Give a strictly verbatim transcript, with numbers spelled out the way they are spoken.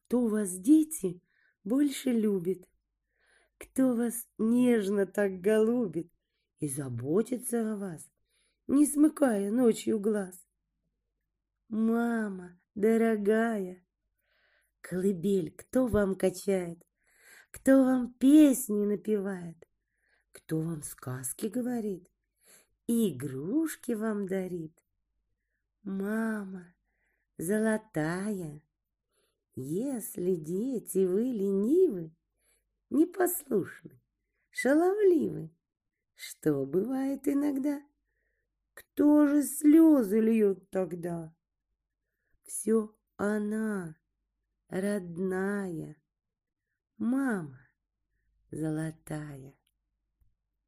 Кто вас, дети, больше любит? Кто вас нежно так голубит и заботится о вас, не смыкая ночью глаз? Мама, дорогая, колыбель кто вам качает? Кто вам песни напевает? Кто вам сказки говорит и игрушки вам дарит? Мама, золотая, если, дети, вы ленивы, непослушны, шаловливы, что бывает иногда? Кто же слезы льет тогда? Все она, родная, мама золотая.